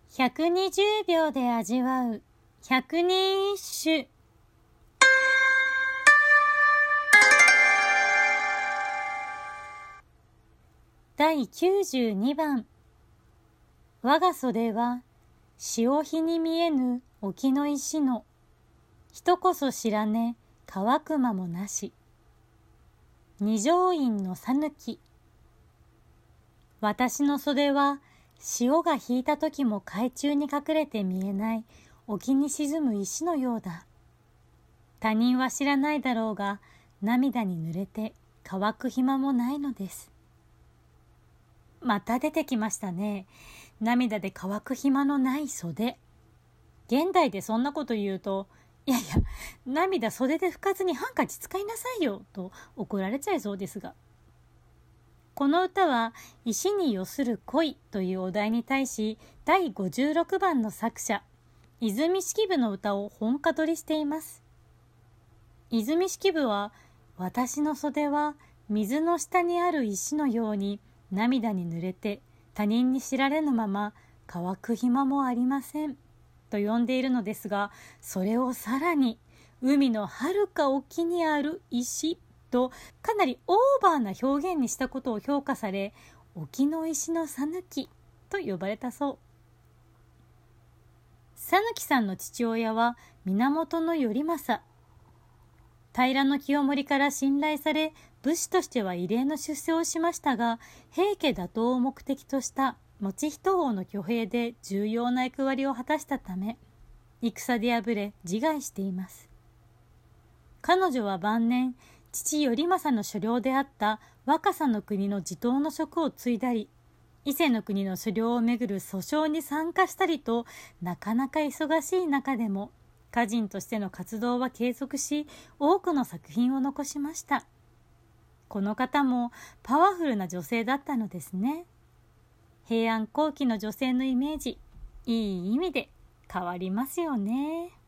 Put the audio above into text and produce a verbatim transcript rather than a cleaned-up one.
ひゃくにじゅうびょうで味わう百人一首。だいきゅうじゅうにばん。我が袖は潮干に見えぬ沖の石の、人こそ知らね乾く間もなし。二条院の讃岐。私の袖は潮が引いた時も海中に隠れて見えない沖に沈む石のようだ。他人は知らないだろうが、涙に濡れて乾く暇もないのです。また出てきましたね。涙で乾く暇のない袖。現代でそんなこと言うと、いやいや、涙袖で拭かずにハンカチ使いなさいよと怒られちゃいそうですが。この歌は石に寄する恋というお題に対し、だいごじゅうろくばんの作者、泉式部の歌を本歌取りしています。泉式部は、私の袖は水の下にある石のように涙に濡れて他人に知られぬまま乾く暇もありませんと呼んでいるのですが、それをさらに海のはるか沖にある石とかなりオーバーな表現にしたことを評価され、沖の石の讃岐と呼ばれたそう。讃岐さんの父親は源頼政。平清盛から信頼され、武士としては異例の出世をしましたが、平家打倒を目的とした以仁王の挙兵で重要な役割を果たしたため、戦で敗れ自害しています。彼女は晩年、父頼政の所領であった若狭の国の地頭の職を継いだり、伊勢の国の所領をめぐる訴訟に参加したりと、なかなか忙しい中でも歌人としての活動は継続し、多くの作品を残しました。この方もパワフルな女性だったのですね。平安後期の女性のイメージ、いい意味で変わりますよね。